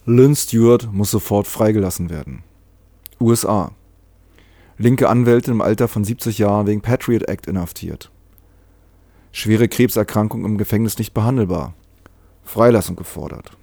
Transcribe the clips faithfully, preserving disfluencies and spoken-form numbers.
Lynn Stewart muss sofort freigelassen werden. U S A. Linke Anwältin im Alter von siebzig Jahren wegen Patriot Act inhaftiert. Schwere Krebserkrankung im Gefängnis nicht behandelbar. Freilassung gefordert.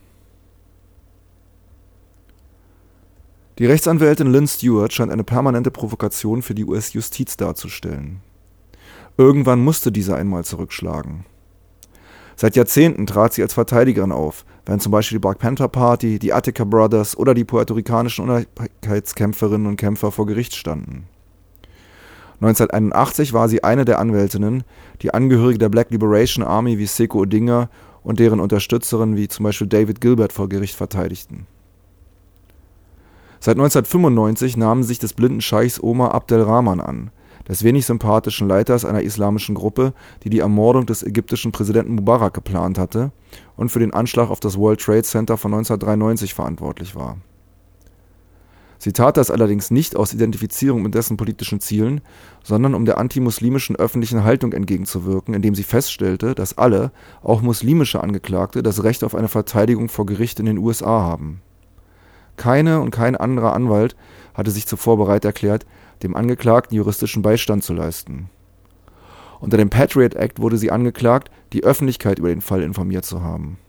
Die Rechtsanwältin Lynn Stewart scheint eine permanente Provokation für die U S-Justiz darzustellen. Irgendwann musste diese einmal zurückschlagen. Seit Jahrzehnten trat sie als Verteidigerin auf, während zum Beispiel die Black Panther Party, die Attica Brothers oder die puerto-ricanischen Unabhängigkeitskämpferinnen und Kämpfer vor Gericht standen. neunzehnhunderteinundachtzig war sie eine der Anwältinnen, die Angehörige der Black Liberation Army wie Sekou Odinga und deren Unterstützerinnen wie zum Beispiel David Gilbert vor Gericht verteidigten. Seit neunzehnhundertfünfundneunzig nahmen sie sich des blinden Scheichs Omar Abdel Rahman an, des wenig sympathischen Leiters einer islamischen Gruppe, die die Ermordung des ägyptischen Präsidenten Mubarak geplant hatte und für den Anschlag auf das World Trade Center von neunzehnhundertdreiundneunzig verantwortlich war. Sie tat das allerdings nicht aus Identifizierung mit dessen politischen Zielen, sondern um der antimuslimischen öffentlichen Haltung entgegenzuwirken, indem sie feststellte, dass alle, auch muslimische Angeklagte, das Recht auf eine Verteidigung vor Gericht in den U S A haben. Keine und kein anderer Anwalt hatte sich zuvor bereit erklärt, dem Angeklagten juristischen Beistand zu leisten. Unter dem Patriot Act wurde sie angeklagt, die Öffentlichkeit über den Fall informiert zu haben.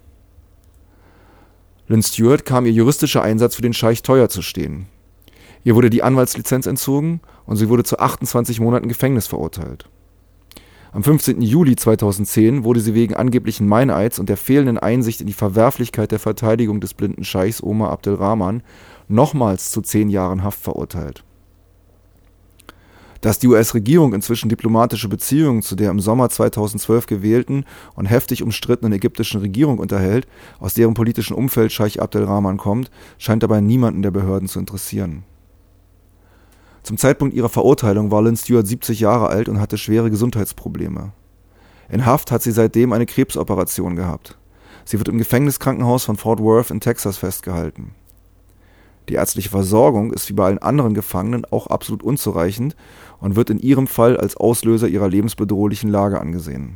Lynn Stewart kam ihr juristischer Einsatz für den Scheich teuer zu stehen. Ihr wurde die Anwaltslizenz entzogen und sie wurde zu achtundzwanzig Monaten Gefängnis verurteilt. Am fünfzehnten Juli zweitausendzehn wurde sie wegen angeblichen Meineids und der fehlenden Einsicht in die Verwerflichkeit der Verteidigung des blinden Scheichs Omar Abdel Rahman nochmals zu zehn Jahren Haft verurteilt. Dass die U S-Regierung inzwischen diplomatische Beziehungen zu der im Sommer zweitausendzwölf gewählten und heftig umstrittenen ägyptischen Regierung unterhält, aus deren politischen Umfeld Scheich Abdel Rahman kommt, scheint dabei niemanden der Behörden zu interessieren. Zum Zeitpunkt ihrer Verurteilung war Lynn Stewart siebzig Jahre alt und hatte schwere Gesundheitsprobleme. In Haft hat sie seitdem eine Krebsoperation gehabt. Sie wird im Gefängniskrankenhaus von Fort Worth in Texas festgehalten. Die ärztliche Versorgung ist wie bei allen anderen Gefangenen auch absolut unzureichend und wird in ihrem Fall als Auslöser ihrer lebensbedrohlichen Lage angesehen.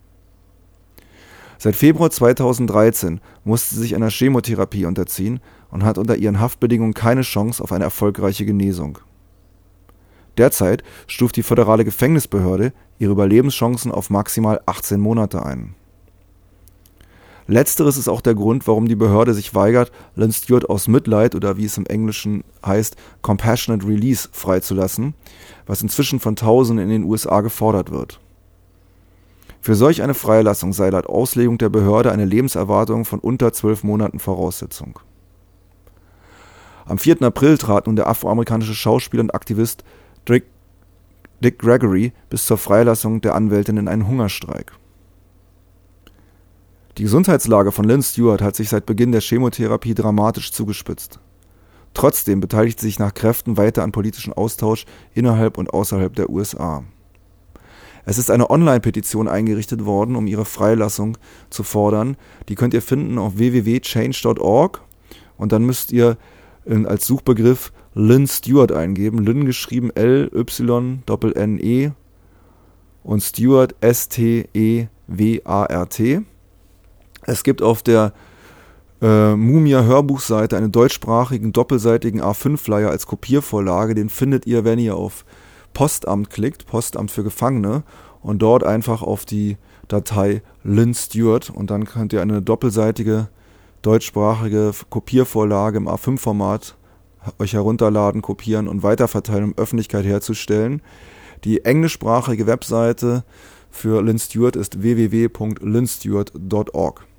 Seit Februar zweitausenddreizehn musste sie sich einer Chemotherapie unterziehen und hat unter ihren Haftbedingungen keine Chance auf eine erfolgreiche Genesung. Derzeit stuft die föderale Gefängnisbehörde ihre Überlebenschancen auf maximal achtzehn Monate ein. Letzteres ist auch der Grund, warum die Behörde sich weigert, Lynn Stewart aus Mitleid oder wie es im Englischen heißt, Compassionate Release freizulassen, was inzwischen von Tausenden in den U S A gefordert wird. Für solch eine Freilassung sei laut Auslegung der Behörde eine Lebenserwartung von unter zwölf Monaten Voraussetzung. Am vierten April trat nun der afroamerikanische Schauspieler und Aktivist Dick, Dick Gregory bis zur Freilassung der Anwältin in einen Hungerstreik. Die Gesundheitslage von Lynn Stewart hat sich seit Beginn der Chemotherapie dramatisch zugespitzt. Trotzdem beteiligt sie sich nach Kräften weiter an politischen Austausch innerhalb und außerhalb der U S A. Es ist eine Online-Petition eingerichtet worden, um ihre Freilassung zu fordern. Die könnt ihr finden auf w w w punkt change punkt org und dann müsst ihr in, als Suchbegriff Lynn Stewart eingeben. Lynn geschrieben L Y N N E und Stewart S T E W A R T. Es gibt auf der äh, Mumia-Hörbuchseite einen deutschsprachigen, doppelseitigen A fünf Flyer als Kopiervorlage. Den findet ihr, wenn ihr auf Postamt klickt, Postamt für Gefangene, und dort einfach auf die Datei Lynn Stewart und dann könnt ihr eine doppelseitige deutschsprachige Kopiervorlage im A fünf Format euch herunterladen, kopieren und weiterverteilen, um Öffentlichkeit herzustellen. Die englischsprachige Webseite für Lynn Stewart ist w w w punkt lynn stewart punkt org.